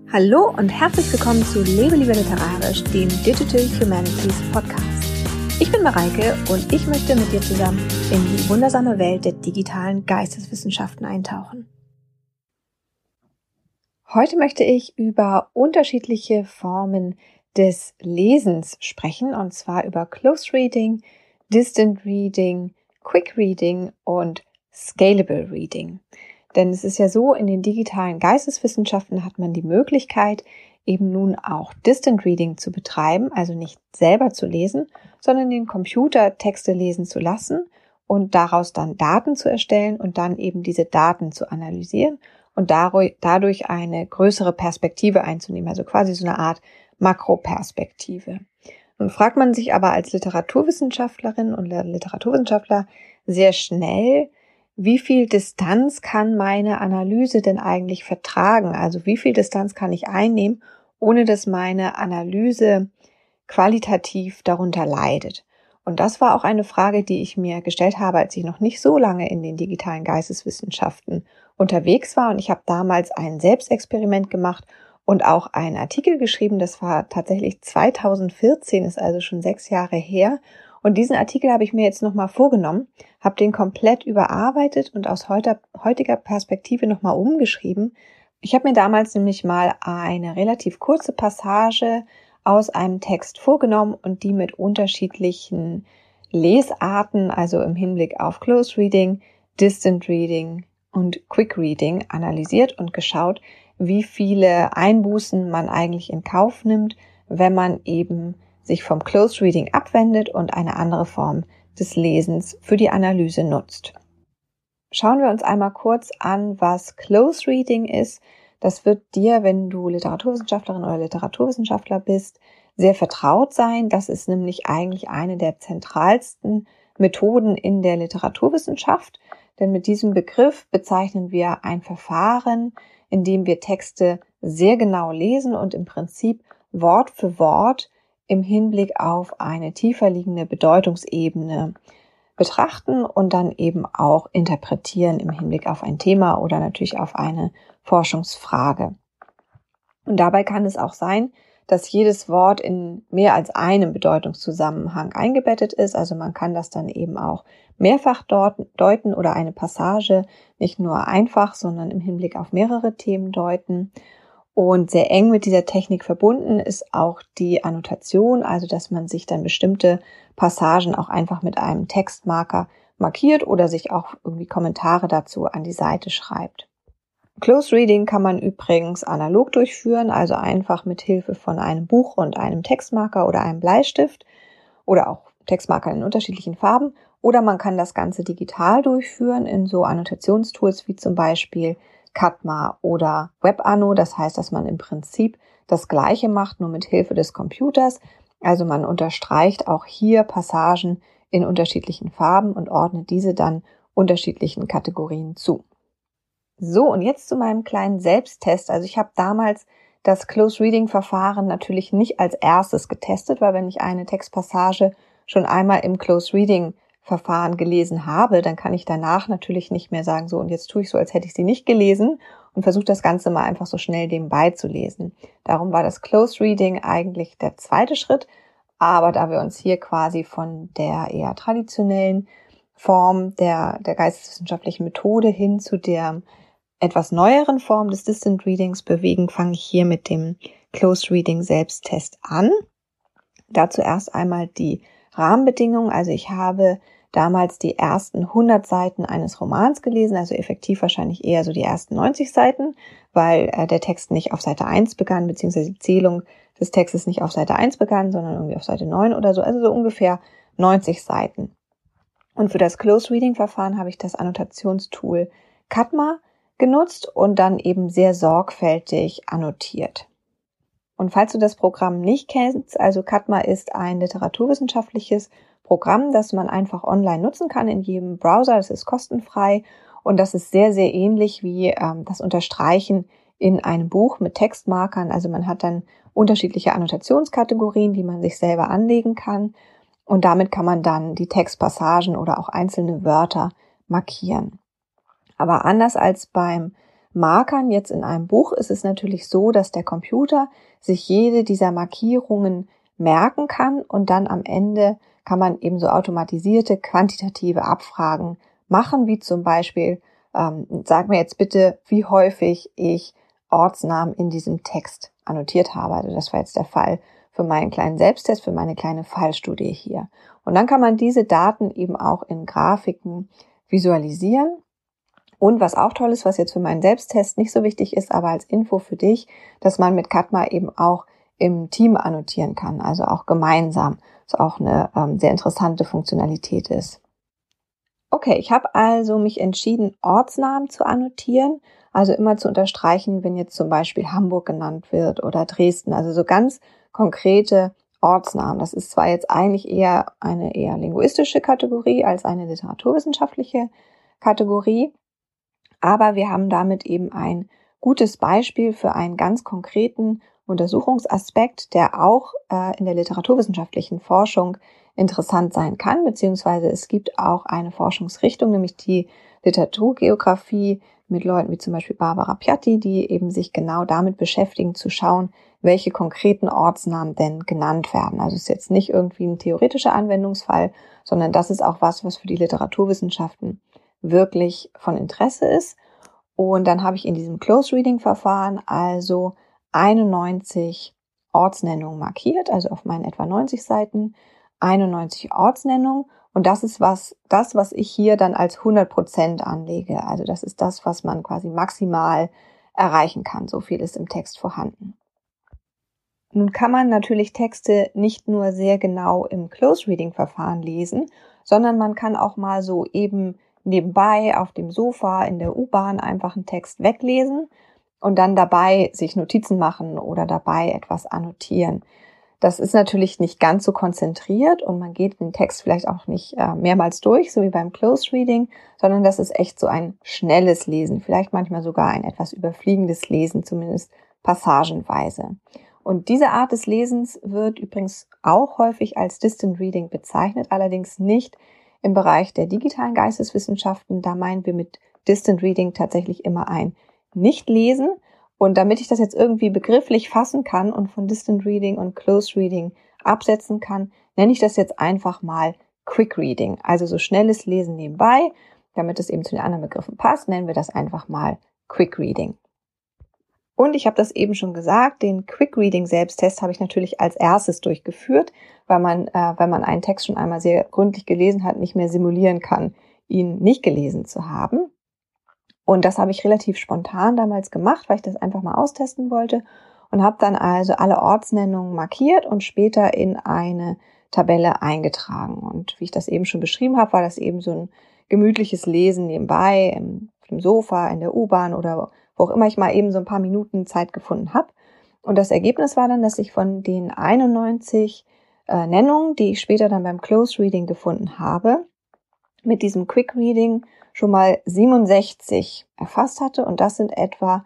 Hallo und herzlich willkommen zu Lebe lieber literarisch, dem Digital Humanities Podcast. Ich bin Mareike und ich möchte mit dir zusammen in die wundersame Welt der digitalen Geisteswissenschaften eintauchen. Heute möchte ich über unterschiedliche Formen des Lesens sprechen, und zwar über Close Reading, Distant Reading, Quick Reading und Scalable Reading. Denn es ist ja so, in den digitalen Geisteswissenschaften hat man die Möglichkeit, eben nun auch Distant Reading zu betreiben, also nicht selber zu lesen, sondern den Computer Texte lesen zu lassen und daraus dann Daten zu erstellen und dann eben diese Daten zu analysieren und dadurch eine größere Perspektive einzunehmen, also quasi so eine Art Makroperspektive. Nun fragt man sich aber als Literaturwissenschaftlerin und Literaturwissenschaftler sehr schnell, wie viel Distanz kann meine Analyse denn eigentlich vertragen? Also wie viel Distanz kann ich einnehmen, ohne dass meine Analyse qualitativ darunter leidet? Und das war auch eine Frage, die ich mir gestellt habe, als ich noch nicht so lange in den digitalen Geisteswissenschaften unterwegs war. Und ich habe damals ein Selbstexperiment gemacht und auch einen Artikel geschrieben. Das war tatsächlich 2014, ist also schon 6 Jahre her. Und diesen Artikel habe ich mir jetzt nochmal vorgenommen, habe den komplett überarbeitet und aus heutiger Perspektive nochmal umgeschrieben. Ich habe mir damals nämlich mal eine relativ kurze Passage aus einem Text vorgenommen und die mit unterschiedlichen Lesarten, also im Hinblick auf Close Reading, Distant Reading und Quick Reading analysiert und geschaut, wie viele Einbußen man eigentlich in Kauf nimmt, wenn man eben sich vom Close Reading abwendet und eine andere Form des Lesens für die Analyse nutzt. Schauen wir uns einmal kurz an, was Close Reading ist. Das wird dir, wenn du Literaturwissenschaftlerin oder Literaturwissenschaftler bist, sehr vertraut sein. Das ist nämlich eigentlich eine der zentralsten Methoden in der Literaturwissenschaft, denn mit diesem Begriff bezeichnen wir ein Verfahren, in dem wir Texte sehr genau lesen und im Prinzip Wort für Wort im Hinblick auf eine tiefer liegende Bedeutungsebene betrachten und dann eben auch interpretieren im Hinblick auf ein Thema oder natürlich auf eine Forschungsfrage. Und dabei kann es auch sein, dass jedes Wort in mehr als einem Bedeutungszusammenhang eingebettet ist. Also man kann das dann eben auch mehrfach deuten oder eine Passage nicht nur einfach, sondern im Hinblick auf mehrere Themen deuten. Und sehr eng mit dieser Technik verbunden ist auch die Annotation, also dass man sich dann bestimmte Passagen auch einfach mit einem Textmarker markiert oder sich auch irgendwie Kommentare dazu an die Seite schreibt. Close Reading kann man übrigens analog durchführen, also einfach mit Hilfe von einem Buch und einem Textmarker oder einem Bleistift oder auch Textmarkern in unterschiedlichen Farben. Oder man kann das Ganze digital durchführen in so Annotationstools wie zum Beispiel CADMA oder WebAnno. Das heißt, dass man im Prinzip das Gleiche macht, nur mit Hilfe des Computers. Also man unterstreicht auch hier Passagen in unterschiedlichen Farben und ordnet diese dann unterschiedlichen Kategorien zu. So, und jetzt zu meinem kleinen Selbsttest. Also ich habe damals das Close Reading Verfahren natürlich nicht als erstes getestet, weil wenn ich eine Textpassage schon einmal im Close Reading Verfahren gelesen habe, dann kann ich danach natürlich nicht mehr sagen, so und jetzt tue ich so, als hätte ich sie nicht gelesen und versuche das Ganze mal einfach so schnell nebenbei zu lesen. Darum war das Close Reading eigentlich der zweite Schritt, aber da wir uns hier quasi von der eher traditionellen Form der geisteswissenschaftlichen Methode hin zu der etwas neueren Form des Distant Readings bewegen, fange ich hier mit dem Close Reading Selbsttest an. Dazu erst einmal die Rahmenbedingungen. Also ich habe damals die ersten 100 Seiten eines Romans gelesen, also effektiv wahrscheinlich eher so die ersten 90 Seiten, weil der Text nicht auf Seite 1 begann, beziehungsweise die Zählung des Textes nicht auf Seite 1 begann, sondern irgendwie auf Seite 9 oder so, also so ungefähr 90 Seiten. Und für das Close Reading Verfahren habe ich das Annotationstool CADMA genutzt und dann eben sehr sorgfältig annotiert. Und falls du das Programm nicht kennst, also CADMA ist ein literaturwissenschaftliches Programm, das man einfach online nutzen kann in jedem Browser. Das ist kostenfrei und das ist sehr, sehr ähnlich wie das Unterstreichen in einem Buch mit Textmarkern. Also man hat dann unterschiedliche Annotationskategorien, die man sich selber anlegen kann und damit kann man dann die Textpassagen oder auch einzelne Wörter markieren. Aber anders als beim Markern jetzt in einem Buch ist es natürlich so, dass der Computer sich jede dieser Markierungen merken kann und dann am Ende kann man eben so automatisierte quantitative Abfragen machen, wie zum Beispiel, sag mir jetzt bitte, wie häufig ich Ortsnamen in diesem Text annotiert habe. Also das war jetzt der Fall für meinen kleinen Selbsttest, für meine kleine Fallstudie hier. Und dann kann man diese Daten eben auch in Grafiken visualisieren. Und was auch toll ist, was jetzt für meinen Selbsttest nicht so wichtig ist, aber als Info für dich, dass man mit Cadma eben auch im Team annotieren kann, also auch gemeinsam, was auch eine sehr interessante Funktionalität ist. Okay, ich habe also mich entschieden, Ortsnamen zu annotieren, also immer zu unterstreichen, wenn jetzt zum Beispiel Hamburg genannt wird oder Dresden, also so ganz konkrete Ortsnamen. Das ist zwar jetzt eigentlich eher eine eher linguistische Kategorie als eine literaturwissenschaftliche Kategorie, aber wir haben damit eben ein gutes Beispiel für einen ganz konkreten Untersuchungsaspekt, der auch in der literaturwissenschaftlichen Forschung interessant sein kann, beziehungsweise es gibt auch eine Forschungsrichtung, nämlich die Literaturgeografie mit Leuten wie zum Beispiel Barbara Piatti, die eben sich genau damit beschäftigen, zu schauen, welche konkreten Ortsnamen denn genannt werden. Also es ist jetzt nicht irgendwie ein theoretischer Anwendungsfall, sondern das ist auch was für die Literaturwissenschaften wirklich von Interesse ist. Und dann habe ich in diesem Close-Reading-Verfahren also 91 Ortsnennungen markiert, also auf meinen etwa 90 Seiten 91 Ortsnennungen. Und das ist das, was ich hier dann als 100% anlege. Also das ist das, was man quasi maximal erreichen kann. So viel ist im Text vorhanden. Nun kann man natürlich Texte nicht nur sehr genau im Close-Reading-Verfahren lesen, sondern man kann auch mal so eben nebenbei auf dem Sofa in der U-Bahn einfach einen Text weglesen und dann dabei sich Notizen machen oder dabei etwas annotieren. Das ist natürlich nicht ganz so konzentriert und man geht den Text vielleicht auch nicht mehrmals durch, so wie beim Close Reading, sondern das ist echt so ein schnelles Lesen, vielleicht manchmal sogar ein etwas überfliegendes Lesen, zumindest passagenweise. Und diese Art des Lesens wird übrigens auch häufig als Distant Reading bezeichnet, allerdings nicht im Bereich der digitalen Geisteswissenschaften. Da meinen wir mit Distant Reading tatsächlich immer ein Nichtlesen. Und damit ich das jetzt irgendwie begrifflich fassen kann und von Distant Reading und Close Reading absetzen kann, nenne ich das jetzt einfach mal Quick Reading. Also so schnelles Lesen nebenbei, damit es eben zu den anderen Begriffen passt, nennen wir das einfach mal Quick Reading. Und ich habe das eben schon gesagt, den Quick Reading Selbsttest habe ich natürlich als erstes durchgeführt, weil man, wenn man einen Text schon einmal sehr gründlich gelesen hat, nicht mehr simulieren kann, ihn nicht gelesen zu haben. Und das habe ich relativ spontan damals gemacht, weil ich das einfach mal austesten wollte und habe dann also alle Ortsnennungen markiert und später in eine Tabelle eingetragen. Und wie ich das eben schon beschrieben habe, war das eben so ein gemütliches Lesen nebenbei, auf dem Sofa, in der U-Bahn oder wo auch immer ich mal eben so ein paar Minuten Zeit gefunden habe. Und das Ergebnis war dann, dass ich von den 91 Nennungen, die ich später dann beim Close Reading gefunden habe, mit diesem Quick Reading schon mal 67 erfasst hatte und das sind etwa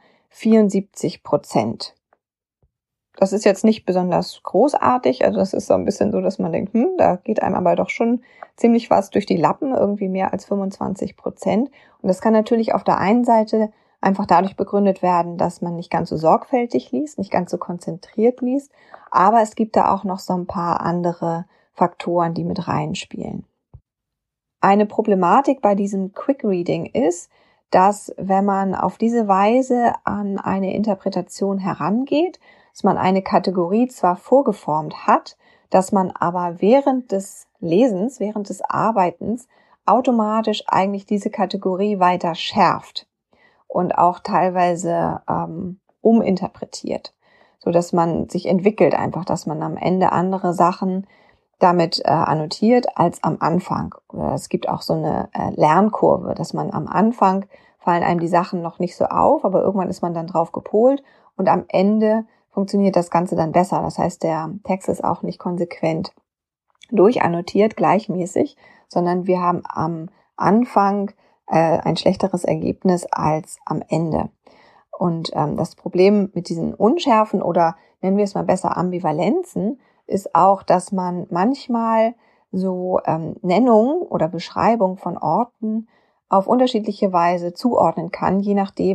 74%. Das ist jetzt nicht besonders großartig, also das ist so ein bisschen so, dass man denkt, da geht einem aber doch schon ziemlich was durch die Lappen, irgendwie mehr als 25%. Und das kann natürlich auf der einen Seite einfach dadurch begründet werden, dass man nicht ganz so sorgfältig liest, nicht ganz so konzentriert liest, aber es gibt da auch noch so ein paar andere Faktoren, die mit reinspielen. Eine Problematik bei diesem Quick Reading ist, dass wenn man auf diese Weise an eine Interpretation herangeht, dass man eine Kategorie zwar vorgeformt hat, dass man aber während des Lesens, während des Arbeitens automatisch eigentlich diese Kategorie weiter schärft und auch teilweise uminterpretiert, so dass man sich entwickelt einfach, dass man am Ende andere Sachen damit annotiert als am Anfang. Oder es gibt auch so eine Lernkurve, dass man am Anfang fallen einem die Sachen noch nicht so auf, aber irgendwann ist man dann drauf gepolt und am Ende funktioniert das Ganze dann besser. Das heißt, der Text ist auch nicht konsequent durchannotiert, gleichmäßig, sondern wir haben am Anfang ein schlechteres Ergebnis als am Ende. Und das Problem mit diesen Unschärfen oder nennen wir es mal besser Ambivalenzen ist auch, dass man manchmal so Nennungen oder Beschreibungen von Orten auf unterschiedliche Weise zuordnen kann, je nachdem,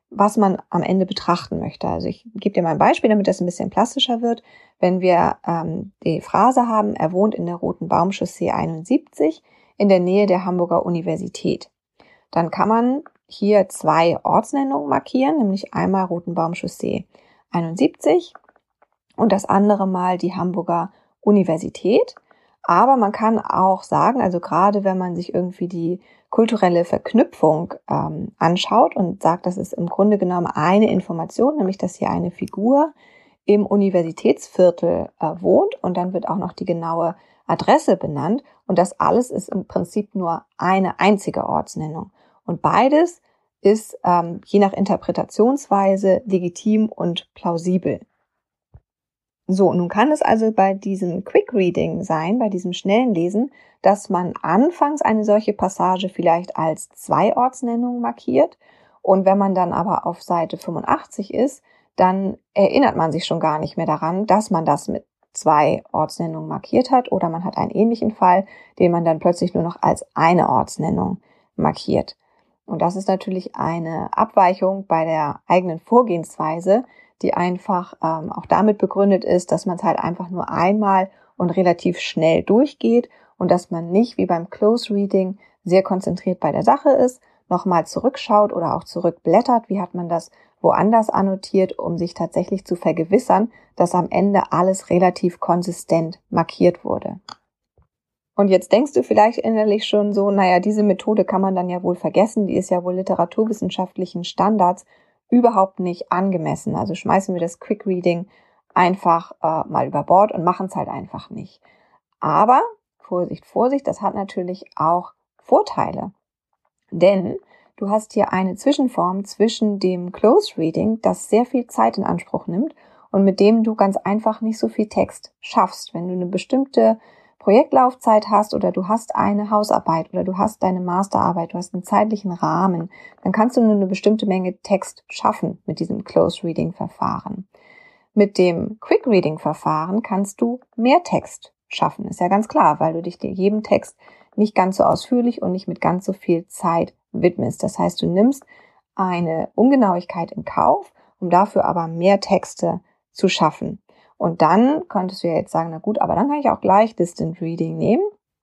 was man am Ende betrachten möchte. Also ich gebe dir mal ein Beispiel, damit das ein bisschen plastischer wird. Wenn wir die Phrase haben, er wohnt in der Roten Baumchaussee 71 in der Nähe der Hamburger Universität, dann kann man hier 2 Ortsnennungen markieren, nämlich einmal Roten Baumchaussee 71 und das andere Mal die Hamburger Universität. Aber man kann auch sagen, also gerade wenn man sich irgendwie die kulturelle Verknüpfung anschaut und sagt, das ist im Grunde genommen eine Information, nämlich dass hier eine Figur im Universitätsviertel wohnt und dann wird auch noch die genaue Adresse benannt und das alles ist im Prinzip nur eine einzige Ortsnennung. Und beides ist je nach Interpretationsweise legitim und plausibel. So, nun kann es also bei diesem Quick Reading sein, bei diesem schnellen Lesen, dass man anfangs eine solche Passage vielleicht als 2 Ortsnennungen markiert und wenn man dann aber auf Seite 85 ist, dann erinnert man sich schon gar nicht mehr daran, dass man das mit 2 Ortsnennungen markiert hat oder man hat einen ähnlichen Fall, den man dann plötzlich nur noch als eine Ortsnennung markiert. Und das ist natürlich eine Abweichung bei der eigenen Vorgehensweise, die einfach auch damit begründet ist, dass man es halt einfach nur einmal und relativ schnell durchgeht und dass man nicht wie beim Close Reading sehr konzentriert bei der Sache ist, nochmal zurückschaut oder auch zurückblättert, wie hat man das woanders annotiert, um sich tatsächlich zu vergewissern, dass am Ende alles relativ konsistent markiert wurde. Und jetzt denkst du vielleicht innerlich schon so, naja, diese Methode kann man dann ja wohl vergessen, die ist ja wohl literaturwissenschaftlichen Standards überhaupt nicht angemessen. Also schmeißen wir das Quick Reading einfach mal über Bord und machen es halt einfach nicht. Aber, Vorsicht, Vorsicht, das hat natürlich auch Vorteile. Denn du hast hier eine Zwischenform zwischen dem Close Reading, das sehr viel Zeit in Anspruch nimmt und mit dem du ganz einfach nicht so viel Text schaffst. Wenn du eine bestimmte Projektlaufzeit hast oder du hast eine Hausarbeit oder du hast deine Masterarbeit, du hast einen zeitlichen Rahmen, dann kannst du nur eine bestimmte Menge Text schaffen mit diesem Close Reading Verfahren. Mit dem Quick Reading Verfahren kannst du mehr Text schaffen. Ist ja ganz klar, weil du dich jedem Text nicht ganz so ausführlich und nicht mit ganz so viel Zeit widmest. Das heißt, du nimmst eine Ungenauigkeit in Kauf, um dafür aber mehr Texte zu schaffen. Und dann könntest du ja jetzt sagen, na gut, aber dann kann ich auch gleich Distant Reading nehmen.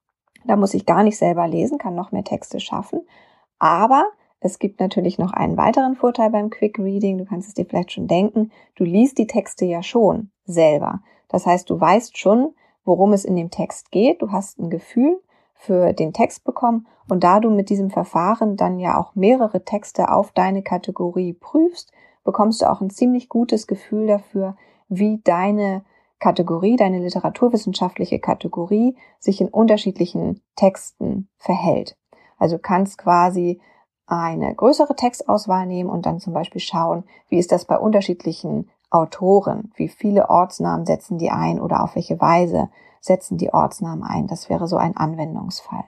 Da muss ich gar nicht selber lesen, kann noch mehr Texte schaffen. Aber es gibt natürlich noch einen weiteren Vorteil beim Quick Reading. Du kannst es dir vielleicht schon denken. Du liest die Texte ja schon selber. Das heißt, du weißt schon, worum es in dem Text geht. Du hast ein Gefühl für den Text bekommen. Und da du mit diesem Verfahren dann ja auch mehrere Texte auf deine Kategorie prüfst, bekommst du auch ein ziemlich gutes Gefühl dafür, wie deine Kategorie, deine literaturwissenschaftliche Kategorie sich in unterschiedlichen Texten verhält. Also du kannst quasi eine größere Textauswahl nehmen und dann zum Beispiel schauen, wie ist das bei unterschiedlichen Autoren, wie viele Ortsnamen setzen die ein oder auf welche Weise setzen die Ortsnamen ein. Das wäre so ein Anwendungsfall.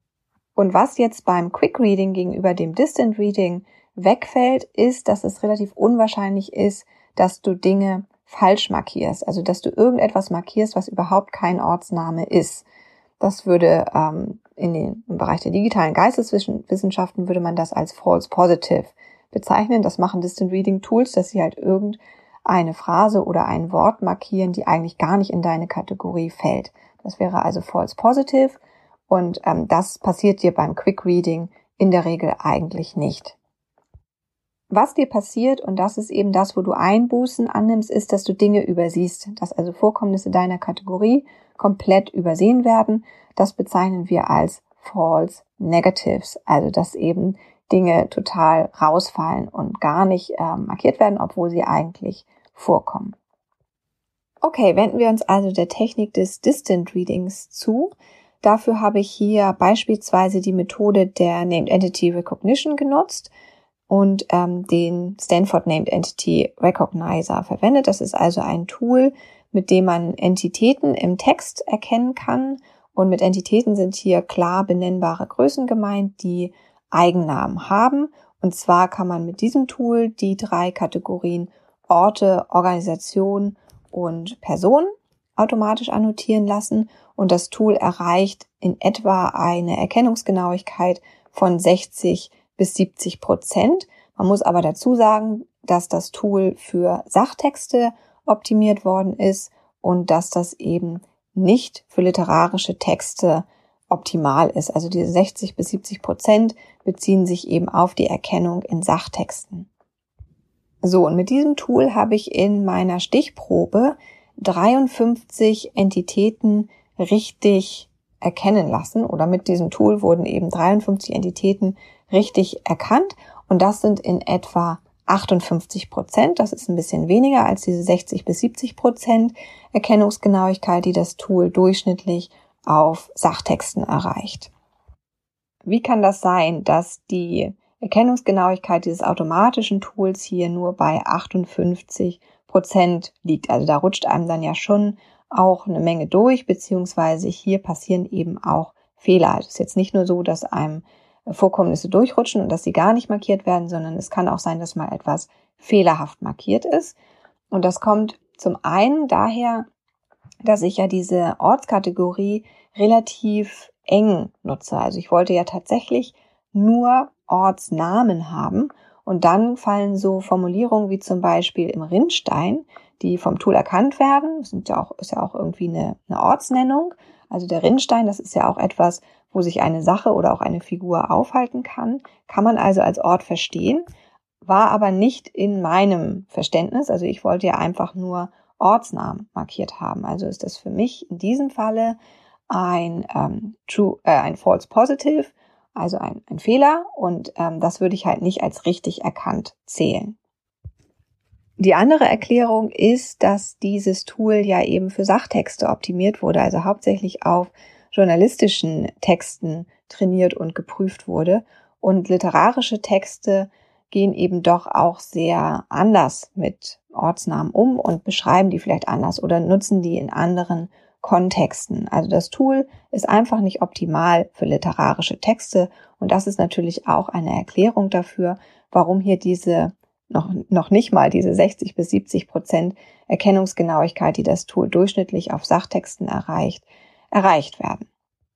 Und was jetzt beim Quick Reading gegenüber dem Distant Reading wegfällt, ist, dass es relativ unwahrscheinlich ist, dass du Dinge falsch markierst, also dass du irgendetwas markierst, was überhaupt kein Ortsname ist. Das würde im Bereich der digitalen Geisteswissenschaften würde man das als false positive bezeichnen. Das machen Distant Reading Tools, dass sie halt irgendeine Phrase oder ein Wort markieren, die eigentlich gar nicht in deine Kategorie fällt. Das wäre also false positive und das passiert dir beim Quick Reading in der Regel eigentlich nicht. Was dir passiert, und das ist eben das, wo du Einbußen annimmst, ist, dass du Dinge übersiehst, dass also Vorkommnisse deiner Kategorie komplett übersehen werden. Das bezeichnen wir als False Negatives, also dass eben Dinge total rausfallen und gar nicht markiert werden, obwohl sie eigentlich vorkommen. Okay, wenden wir uns also der Technik des Distant Readings zu. Dafür habe ich hier beispielsweise die Methode der Named Entity Recognition genutzt und den Stanford Named Entity Recognizer verwendet. Das ist also ein Tool, mit dem man Entitäten im Text erkennen kann. Und mit Entitäten sind hier klar benennbare Größen gemeint, die Eigennamen haben. Und zwar kann man mit diesem Tool die 3 Kategorien Orte, Organisation und Person automatisch annotieren lassen. Und das Tool erreicht in etwa eine Erkennungsgenauigkeit von 60 bis 70%. Man muss aber dazu sagen, dass das Tool für Sachtexte optimiert worden ist und dass das eben nicht für literarische Texte optimal ist. Also diese 60-70% beziehen sich eben auf die Erkennung in Sachtexten. So, und mit diesem Tool habe ich in meiner Stichprobe 53 Entitäten richtig erkennen lassen, oder mit diesem Tool wurden eben 53 Entitäten richtig erkannt, und das sind in etwa 58%. Das ist ein bisschen weniger als diese 60-70% Erkennungsgenauigkeit, die das Tool durchschnittlich auf Sachtexten erreicht. Wie kann das sein, dass die Erkennungsgenauigkeit dieses automatischen Tools hier nur bei 58% liegt? Also da rutscht einem dann ja schon auch eine Menge durch, beziehungsweise hier passieren eben auch Fehler. Also es ist jetzt nicht nur so, dass einem Vorkommnisse durchrutschen und dass sie gar nicht markiert werden, sondern es kann auch sein, dass mal etwas fehlerhaft markiert ist. Und das kommt zum einen daher, dass ich ja diese Ortskategorie relativ eng nutze. Also ich wollte ja tatsächlich nur Ortsnamen haben, und dann fallen so Formulierungen wie zum Beispiel im Rinnstein, die vom Tool erkannt werden. Das ist ja auch irgendwie eine Ortsnennung. Also der Rinnstein, das ist ja auch etwas, wo sich eine Sache oder auch eine Figur aufhalten kann. Kann man also als Ort verstehen, war aber nicht in meinem Verständnis. Also ich wollte ja einfach nur Ortsnamen markiert haben. Also ist das für mich in diesem Falle ein False Positive, also ein Fehler, und das würde ich halt nicht als richtig erkannt zählen. Die andere Erklärung ist, dass dieses Tool ja eben für Sachtexte optimiert wurde, also hauptsächlich auf journalistischen Texten trainiert und geprüft wurde, und literarische Texte gehen eben doch auch sehr anders mit Ortsnamen um und beschreiben die vielleicht anders oder nutzen die in anderen Kontexten. Also das Tool ist einfach nicht optimal für literarische Texte, und das ist natürlich auch eine Erklärung dafür, warum hier diese noch nicht mal diese 60-70% Erkennungsgenauigkeit, die das Tool durchschnittlich auf Sachtexten erreicht werden.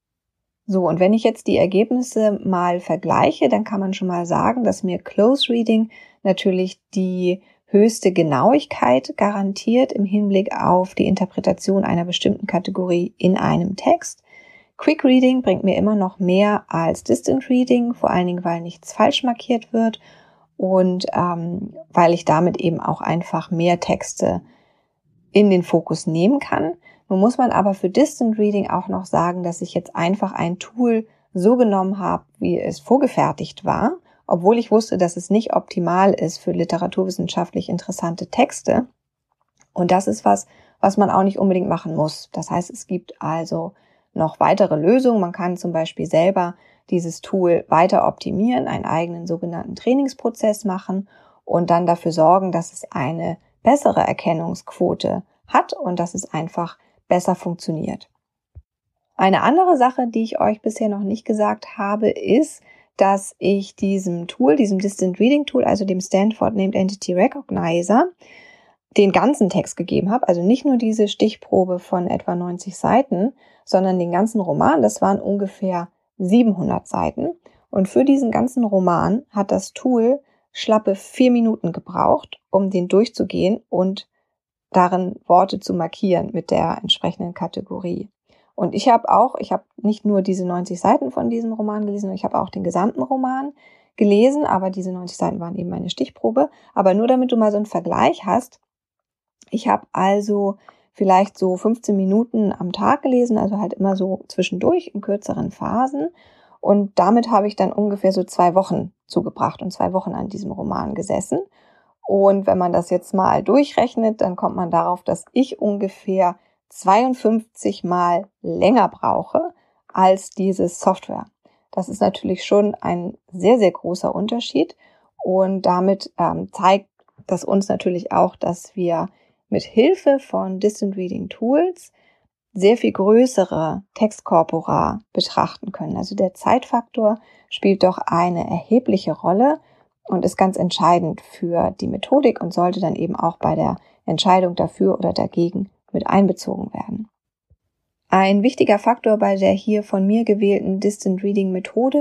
So, und wenn ich jetzt die Ergebnisse mal vergleiche, dann kann man schon mal sagen, dass mir Close Reading natürlich die höchste Genauigkeit garantiert im Hinblick auf die Interpretation einer bestimmten Kategorie in einem Text. Quick Reading bringt mir immer noch mehr als Distant Reading, vor allen Dingen, weil nichts falsch markiert wird und weil ich damit eben auch einfach mehr Texte in den Fokus nehmen kann. Nun muss man aber für Distant Reading auch noch sagen, dass ich jetzt einfach ein Tool so genommen habe, wie es vorgefertigt war, obwohl ich wusste, dass es nicht optimal ist für literaturwissenschaftlich interessante Texte. Und das ist was man auch nicht unbedingt machen muss. Das heißt, es gibt also noch weitere Lösungen. Man kann zum Beispiel selber dieses Tool weiter optimieren, einen eigenen sogenannten Trainingsprozess machen und dann dafür sorgen, dass es eine bessere Erkennungsquote hat und dass es einfach besser funktioniert. Eine andere Sache, die ich euch bisher noch nicht gesagt habe, ist, dass ich diesem Distant Reading Tool, also dem Stanford Named Entity Recognizer, den ganzen Text gegeben habe, also nicht nur diese Stichprobe von etwa 90 Seiten, sondern den ganzen Roman. Das waren ungefähr 700 Seiten. Und für diesen ganzen Roman hat das Tool schlappe 4 Minuten gebraucht, um den durchzugehen und darin Worte zu markieren mit der entsprechenden Kategorie. Und ich habe nicht nur diese 90 Seiten von diesem Roman gelesen, sondern ich habe auch den gesamten Roman gelesen, aber diese 90 Seiten waren eben meine Stichprobe. Aber nur damit du mal so einen Vergleich hast, ich habe also vielleicht so 15 Minuten am Tag gelesen, also halt immer so zwischendurch in kürzeren Phasen. Und damit habe ich dann ungefähr so 2 Wochen zugebracht und 2 Wochen an diesem Roman gesessen. Und wenn man das jetzt mal durchrechnet, dann kommt man darauf, dass ich ungefähr 52 Mal länger brauche als diese Software. Das ist natürlich schon ein sehr, sehr großer Unterschied. Und damit zeigt das uns natürlich auch, dass wir mit Hilfe von Distant Reading Tools sehr viel größere Textkorpora betrachten können. Also der Zeitfaktor spielt doch eine erhebliche Rolle und ist ganz entscheidend für die Methodik und sollte dann eben auch bei der Entscheidung dafür oder dagegen mit einbezogen werden. Ein wichtiger Faktor bei der hier von mir gewählten Distant Reading Methode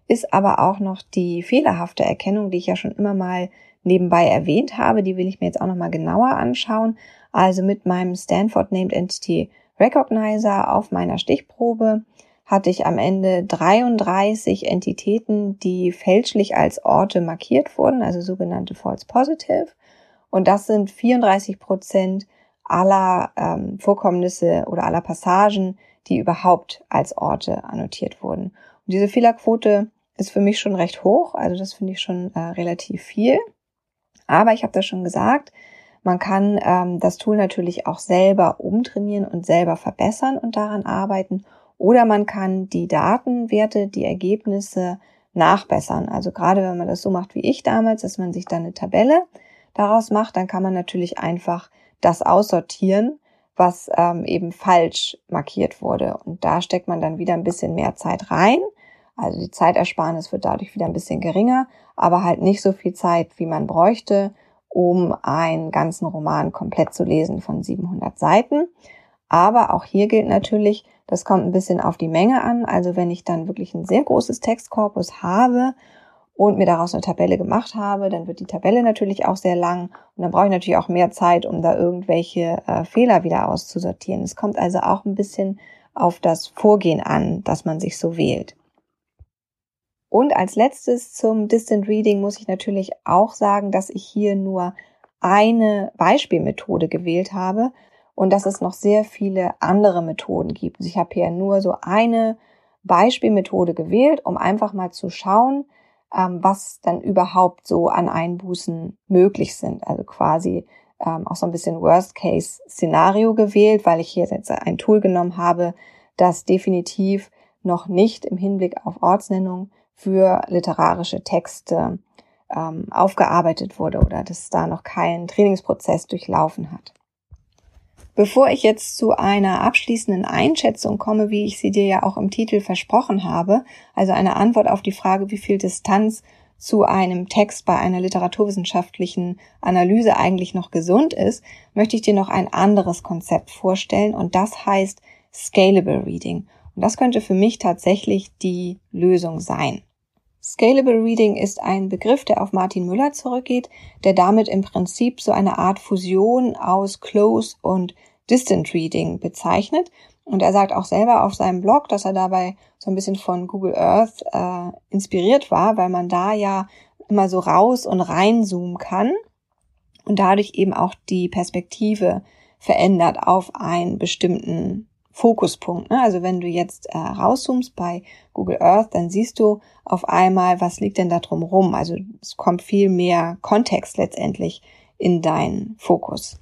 ist aber auch noch die fehlerhafte Erkennung, die ich ja schon immer mal nebenbei erwähnt habe. Die will ich mir jetzt auch noch mal genauer anschauen. Also mit meinem Stanford Named Entity Recognizer auf meiner Stichprobe hatte ich am Ende 33 Entitäten, die fälschlich als Orte markiert wurden, also sogenannte False Positive. Und das sind 34% aller Vorkommnisse oder aller Passagen, die überhaupt als Orte annotiert wurden. Und diese Fehlerquote ist für mich schon recht hoch, also das finde ich schon relativ viel. Aber ich habe das schon gesagt, man kann das Tool natürlich auch selber umtrainieren und selber verbessern und daran arbeiten. Oder man kann die Datenwerte, die Ergebnisse nachbessern. Also gerade wenn man das so macht wie ich damals, dass man sich dann eine Tabelle daraus macht, dann kann man natürlich einfach das aussortieren, was eben falsch markiert wurde. Und da steckt man dann wieder ein bisschen mehr Zeit rein. Also die Zeitersparnis wird dadurch wieder ein bisschen geringer, aber halt nicht so viel Zeit, wie man bräuchte, um einen ganzen Roman komplett zu lesen von 700 Seiten. Aber auch hier gilt natürlich, das kommt ein bisschen auf die Menge an. Also wenn ich dann wirklich ein sehr großes Textkorpus habe und mir daraus eine Tabelle gemacht habe, dann wird die Tabelle natürlich auch sehr lang und dann brauche ich natürlich auch mehr Zeit, um da irgendwelche Fehler wieder auszusortieren. Es kommt also auch ein bisschen auf das Vorgehen an, dass man sich so wählt. Und als letztes zum Distant Reading muss ich natürlich auch sagen, dass ich hier nur eine Beispielmethode gewählt habe und dass es noch sehr viele andere Methoden gibt. Also ich habe hier nur so eine Beispielmethode gewählt, um einfach mal zu schauen, was dann überhaupt so an Einbußen möglich sind. Also quasi auch so ein bisschen Worst-Case-Szenario gewählt, weil ich hier jetzt ein Tool genommen habe, das definitiv noch nicht im Hinblick auf Ortsnennung für literarische Texte aufgearbeitet wurde oder dass da noch kein Trainingsprozess durchlaufen hat. Bevor ich jetzt zu einer abschließenden Einschätzung komme, wie ich sie dir ja auch im Titel versprochen habe, also eine Antwort auf die Frage, wie viel Distanz zu einem Text bei einer literaturwissenschaftlichen Analyse eigentlich noch gesund ist, möchte ich dir noch ein anderes Konzept vorstellen und das heißt Scalable Reading. Und das könnte für mich tatsächlich die Lösung sein. Scalable Reading ist ein Begriff, der auf Martin Müller zurückgeht, der damit im Prinzip so eine Art Fusion aus Close und Distant Reading bezeichnet. Und er sagt auch selber auf seinem Blog, dass er dabei so ein bisschen von Google Earth inspiriert war, weil man da ja immer so raus und reinzoomen kann und dadurch eben auch die Perspektive verändert auf einen bestimmten Fokuspunkt. Also wenn du jetzt rauszoomst bei Google Earth, dann siehst du auf einmal, was liegt denn da drum rum. Also es kommt viel mehr Kontext letztendlich in deinen Fokus.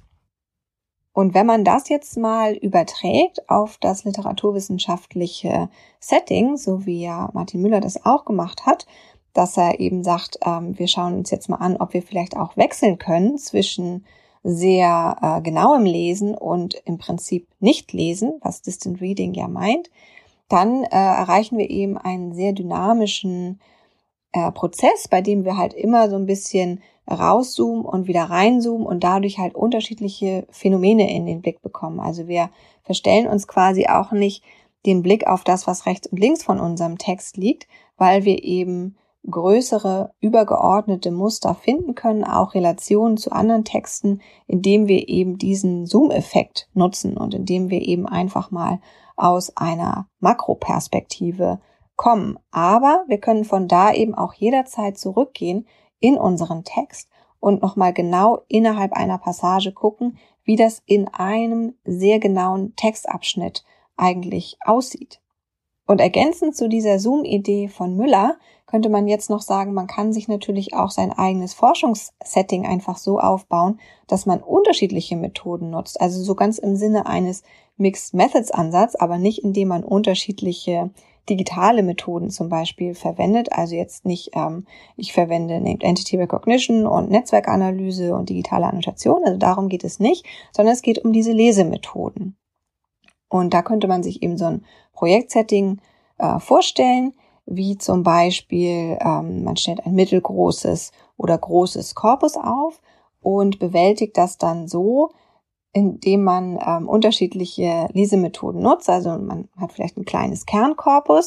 Und wenn man das jetzt mal überträgt auf das literaturwissenschaftliche Setting, so wie ja Martin Müller das auch gemacht hat, dass er eben sagt, wir schauen uns jetzt mal an, ob wir vielleicht auch wechseln können zwischen sehr genauem Lesen und im Prinzip nicht lesen, was Distant Reading ja meint, dann erreichen wir eben einen sehr dynamischen Prozess, bei dem wir halt immer so ein bisschen rauszoomen und wieder reinzoomen und dadurch halt unterschiedliche Phänomene in den Blick bekommen. Also wir verstellen uns quasi auch nicht den Blick auf das, was rechts und links von unserem Text liegt, weil wir eben größere, übergeordnete Muster finden können, auch Relationen zu anderen Texten, indem wir eben diesen Zoom-Effekt nutzen und indem wir eben einfach mal aus einer Makroperspektive kommen. Aber wir können von da eben auch jederzeit zurückgehen in unseren Text und nochmal genau innerhalb einer Passage gucken, wie das in einem sehr genauen Textabschnitt eigentlich aussieht. Und ergänzend zu dieser Zoom-Idee von Müller könnte man jetzt noch sagen, man kann sich natürlich auch sein eigenes Forschungssetting einfach so aufbauen, dass man unterschiedliche Methoden nutzt. Also so ganz im Sinne eines Mixed Methods Ansatz, aber nicht indem man unterschiedliche digitale Methoden zum Beispiel verwendet. Also jetzt nicht, ich verwende Named Entity Recognition und Netzwerkanalyse und digitale Annotation. Also darum geht es nicht, sondern es geht um diese Lesemethoden. Und da könnte man sich eben so ein Projektsetting vorstellen, wie zum Beispiel, man stellt ein mittelgroßes oder großes Korpus auf und bewältigt das dann so, indem man unterschiedliche Lesemethoden nutzt. Also man hat vielleicht ein kleines Kernkorpus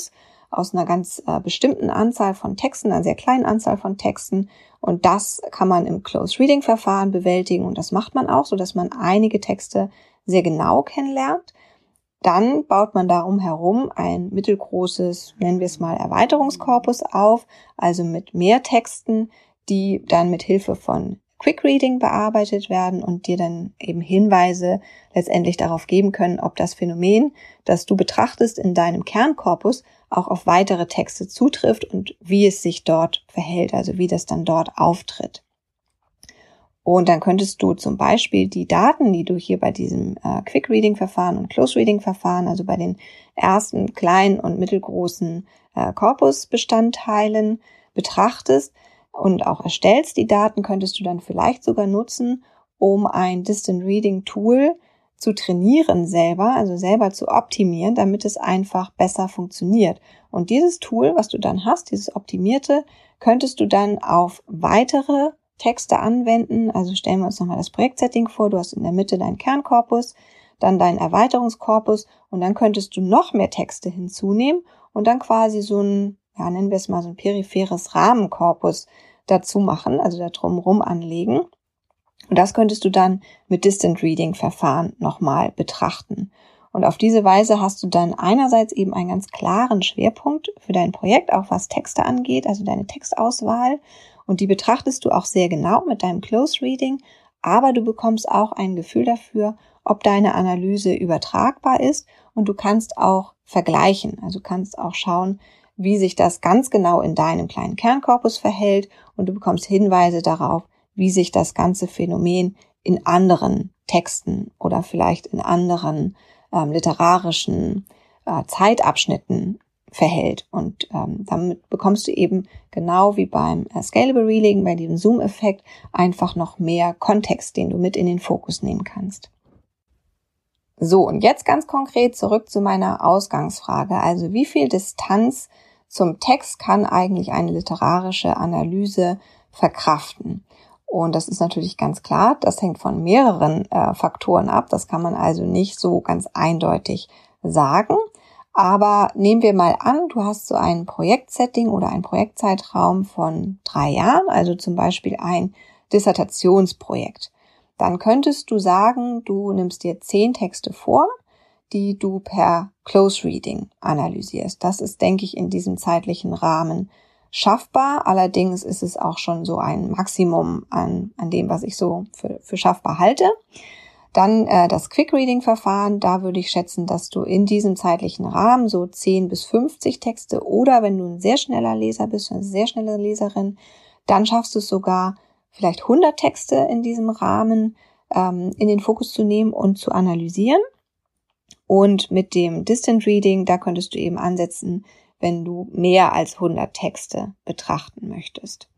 aus einer ganz bestimmten Anzahl von Texten, einer sehr kleinen Anzahl von Texten. Und das kann man im Close-Reading-Verfahren bewältigen. Und das macht man auch, sodass man einige Texte sehr genau kennenlernt. Dann baut man darum herum ein mittelgroßes, nennen wir es mal, Erweiterungskorpus auf, also mit mehr Texten, die dann mit Hilfe von Quick Reading bearbeitet werden und dir dann eben Hinweise letztendlich darauf geben können, ob das Phänomen, das du betrachtest in deinem Kernkorpus, auch auf weitere Texte zutrifft und wie es sich dort verhält, also wie das dann dort auftritt. Und dann könntest du zum Beispiel die Daten, die du hier bei diesem Quick-Reading-Verfahren und Close-Reading-Verfahren, also bei den ersten kleinen und mittelgroßen Korpusbestandteilen betrachtest und auch erstellst, die Daten könntest du dann vielleicht sogar nutzen, um ein Distant Reading Tool zu trainieren selber, also selber zu optimieren, damit es einfach besser funktioniert. Und dieses Tool, was du dann hast, dieses optimierte, könntest du dann auf weitere Texte anwenden. Also stellen wir uns nochmal das Projektsetting vor. Du hast in der Mitte deinen Kernkorpus, dann deinen Erweiterungskorpus und dann könntest du noch mehr Texte hinzunehmen und dann quasi so ein, ja, nennen wir es mal so ein peripheres Rahmenkorpus dazu machen, also da drumherum anlegen. Und das könntest du dann mit Distant Reading Verfahren nochmal betrachten. Und auf diese Weise hast du dann einerseits eben einen ganz klaren Schwerpunkt für dein Projekt, auch was Texte angeht, also deine Textauswahl. Und die betrachtest du auch sehr genau mit deinem Close Reading, aber du bekommst auch ein Gefühl dafür, ob deine Analyse übertragbar ist und du kannst auch vergleichen. Also kannst auch schauen, wie sich das ganz genau in deinem kleinen Kernkorpus verhält und du bekommst Hinweise darauf, wie sich das ganze Phänomen in anderen Texten oder vielleicht in anderen literarischen Zeitabschnitten verhält. Und damit bekommst du eben genau wie beim Scalable Reading, bei diesem Zoom-Effekt, einfach noch mehr Kontext, den du mit in den Fokus nehmen kannst. So, und jetzt ganz konkret zurück zu meiner Ausgangsfrage. Also wie viel Distanz zum Text kann eigentlich eine literarische Analyse verkraften? Und das ist natürlich ganz klar, das hängt von mehreren Faktoren ab. Das kann man also nicht so ganz eindeutig sagen. Aber nehmen wir mal an, du hast so ein Projektsetting oder ein Projektzeitraum von 3 Jahren, also zum Beispiel ein Dissertationsprojekt. Dann könntest du sagen, du nimmst dir 10 Texte vor, die du per Close Reading analysierst. Das ist, denke ich, in diesem zeitlichen Rahmen schaffbar. Allerdings ist es auch schon so ein Maximum an dem, was ich so für schaffbar halte. Dann das Quick-Reading-Verfahren, da würde ich schätzen, dass du in diesem zeitlichen Rahmen so 10 bis 50 Texte oder wenn du ein sehr schneller Leser bist, eine sehr schnelle Leserin, dann schaffst du es sogar, vielleicht 100 Texte in diesem Rahmen in den Fokus zu nehmen und zu analysieren. Und mit dem Distant Reading, da könntest du eben ansetzen, wenn du mehr als 100 Texte betrachten möchtest.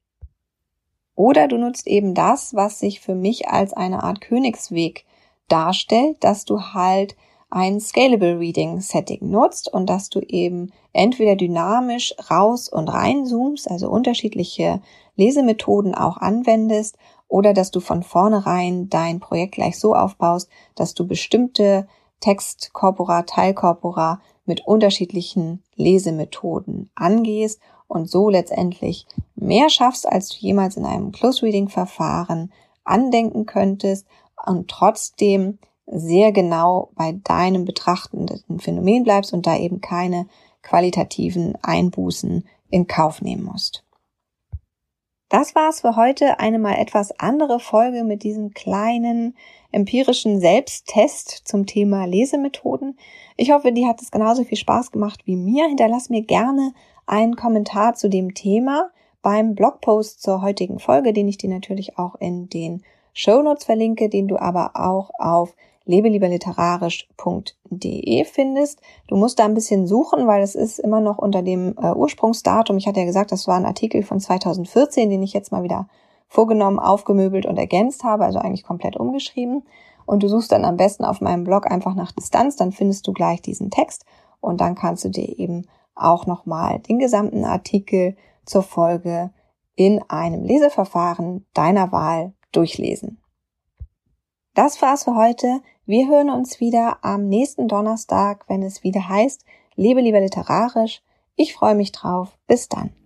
Oder du nutzt eben das, was sich für mich als eine Art Königsweg darstellt, dass du halt ein Scalable Reading Setting nutzt und dass du eben entweder dynamisch raus und rein zoomst, also unterschiedliche Lesemethoden auch anwendest, oder dass du von vornherein dein Projekt gleich so aufbaust, dass du bestimmte Textkorpora, Teilkorpora mit unterschiedlichen Lesemethoden angehst und so letztendlich mehr schaffst, als du jemals in einem Close-Reading-Verfahren andenken könntest und trotzdem sehr genau bei deinem betrachtenden Phänomen bleibst und da eben keine qualitativen Einbußen in Kauf nehmen musst. Das war's für heute, eine mal etwas andere Folge mit diesem kleinen empirischen Selbsttest zum Thema Lesemethoden. Ich hoffe, dir hat es genauso viel Spaß gemacht wie mir. Hinterlass mir gerne einen Kommentar zu dem Thema beim Blogpost zur heutigen Folge, den ich dir natürlich auch in den Shownotes verlinke, den du aber auch auf lebelieberliterarisch.de findest. Du musst da ein bisschen suchen, weil es ist immer noch unter dem Ursprungsdatum. Ich hatte ja gesagt, das war ein Artikel von 2014, den ich jetzt mal wieder vorgenommen, aufgemöbelt und ergänzt habe, also eigentlich komplett umgeschrieben. Und du suchst dann am besten auf meinem Blog einfach nach Distanz, dann findest du gleich diesen Text und dann kannst du dir eben auch nochmal den gesamten Artikel zur Folge in einem Leseverfahren deiner Wahl durchlesen. Das war's für heute. Wir hören uns wieder am nächsten Donnerstag, wenn es wieder heißt, lebe lieber literarisch. Ich freue mich drauf. Bis dann.